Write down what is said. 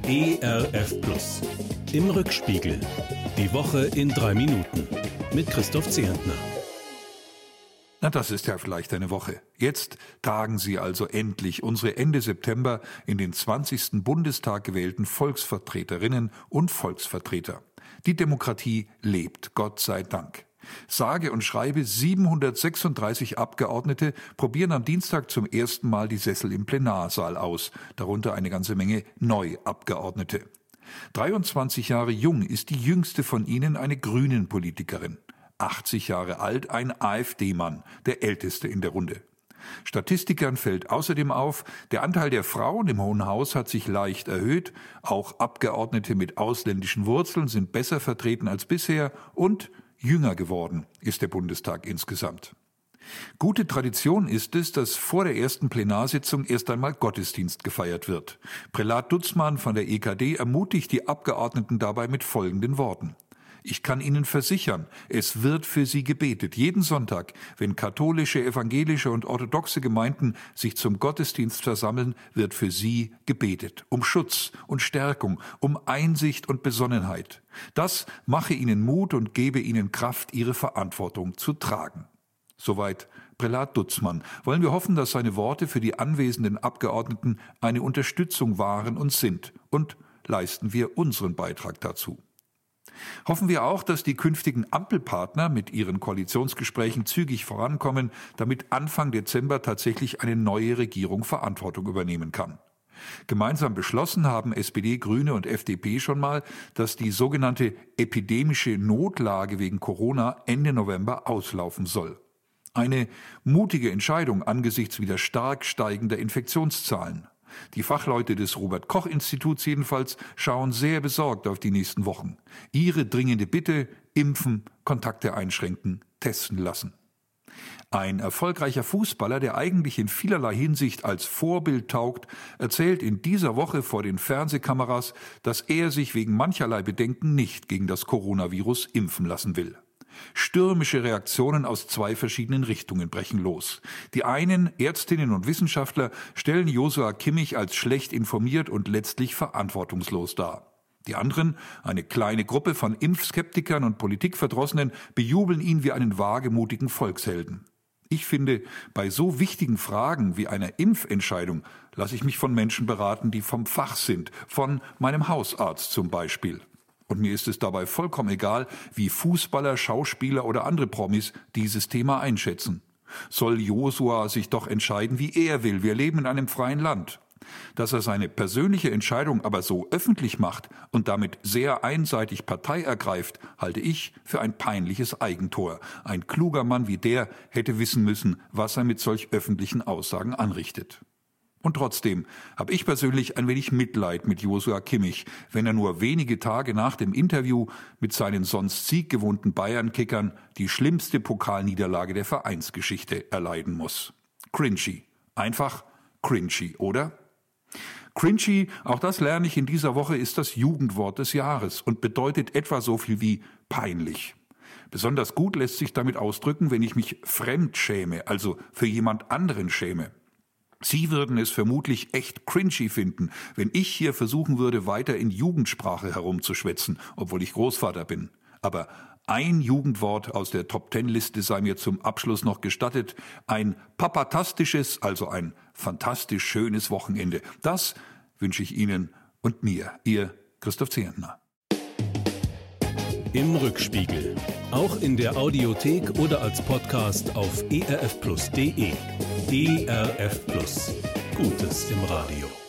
ERF Plus. Im Rückspiegel. Die Woche in 3 Minuten. Mit Christoph Zehentner. Na, das ist ja vielleicht eine Woche. Jetzt tagen Sie also endlich unsere Ende September in den 20. Bundestag gewählten Volksvertreterinnen und Volksvertreter. Die Demokratie lebt, Gott sei Dank. Sage und schreibe 736 Abgeordnete probieren am Dienstag zum ersten Mal die Sessel im Plenarsaal aus, darunter eine ganze Menge Neuabgeordnete. 23 Jahre jung ist die jüngste von ihnen eine Grünen-Politikerin. 80 Jahre alt ein AfD-Mann, der älteste in der Runde. Statistikern fällt außerdem auf, der Anteil der Frauen im Hohen Haus hat sich leicht erhöht, auch Abgeordnete mit ausländischen Wurzeln sind besser vertreten als bisher und jünger geworden ist der Bundestag insgesamt. Gute Tradition ist es, dass vor der ersten Plenarsitzung erst einmal Gottesdienst gefeiert wird. Prälat Dutzmann von der EKD ermutigt die Abgeordneten dabei mit folgenden Worten. Ich kann Ihnen versichern, es wird für Sie gebetet. Jeden Sonntag, wenn katholische, evangelische und orthodoxe Gemeinden sich zum Gottesdienst versammeln, wird für Sie gebetet. Um Schutz und Stärkung, um Einsicht und Besonnenheit. Das mache Ihnen Mut und gebe Ihnen Kraft, Ihre Verantwortung zu tragen. Soweit Prälat Dutzmann. Wollen wir hoffen, dass seine Worte für die anwesenden Abgeordneten eine Unterstützung waren und sind. Und leisten wir unseren Beitrag dazu. Hoffen wir auch, dass die künftigen Ampelpartner mit ihren Koalitionsgesprächen zügig vorankommen, damit Anfang Dezember tatsächlich eine neue Regierung Verantwortung übernehmen kann. Gemeinsam beschlossen haben SPD, Grüne und FDP schon mal, dass die sogenannte epidemische Notlage wegen Corona Ende November auslaufen soll. Eine mutige Entscheidung angesichts wieder stark steigender Infektionszahlen. Die Fachleute des Robert-Koch-Instituts jedenfalls schauen sehr besorgt auf die nächsten Wochen. Ihre dringende Bitte: impfen, Kontakte einschränken, testen lassen. Ein erfolgreicher Fußballer, der eigentlich in vielerlei Hinsicht als Vorbild taugt, erzählt in dieser Woche vor den Fernsehkameras, dass er sich wegen mancherlei Bedenken nicht gegen das Coronavirus impfen lassen will. Stürmische Reaktionen aus 2 verschiedenen Richtungen brechen los. Die einen, Ärztinnen und Wissenschaftler, stellen Joshua Kimmich als schlecht informiert und letztlich verantwortungslos dar. Die anderen, eine kleine Gruppe von Impfskeptikern und Politikverdrossenen, bejubeln ihn wie einen wagemutigen Volkshelden. Ich finde, bei so wichtigen Fragen wie einer Impfentscheidung lasse ich mich von Menschen beraten, die vom Fach sind, von meinem Hausarzt zum Beispiel. Und mir ist es dabei vollkommen egal, wie Fußballer, Schauspieler oder andere Promis dieses Thema einschätzen. Soll Joshua sich doch entscheiden, wie er will. Wir leben in einem freien Land. Dass er seine persönliche Entscheidung aber so öffentlich macht und damit sehr einseitig Partei ergreift, halte ich für ein peinliches Eigentor. Ein kluger Mann wie der hätte wissen müssen, was er mit solch öffentlichen Aussagen anrichtet. Und trotzdem habe ich persönlich ein wenig Mitleid mit Joshua Kimmich, wenn er nur wenige Tage nach dem Interview mit seinen sonst sieggewohnten Bayern-Kickern die schlimmste Pokalniederlage der Vereinsgeschichte erleiden muss. Cringy. Einfach cringy, oder? Cringy, auch das lerne ich in dieser Woche, ist das Jugendwort des Jahres und bedeutet etwa so viel wie peinlich. Besonders gut lässt sich damit ausdrücken, wenn ich mich fremd schäme, also für jemand anderen schäme. Sie würden es vermutlich echt cringy finden, wenn ich hier versuchen würde, weiter in Jugendsprache herumzuschwätzen, obwohl ich Großvater bin. Aber ein Jugendwort aus der Top-10-Liste sei mir zum Abschluss noch gestattet. Ein papatastisches, also ein fantastisch schönes Wochenende. Das wünsche ich Ihnen und mir, Ihr Christoph Zehentner. Im Rückspiegel. Auch in der Audiothek oder als Podcast auf erfplus.de. ERF Plus. Gutes im Radio.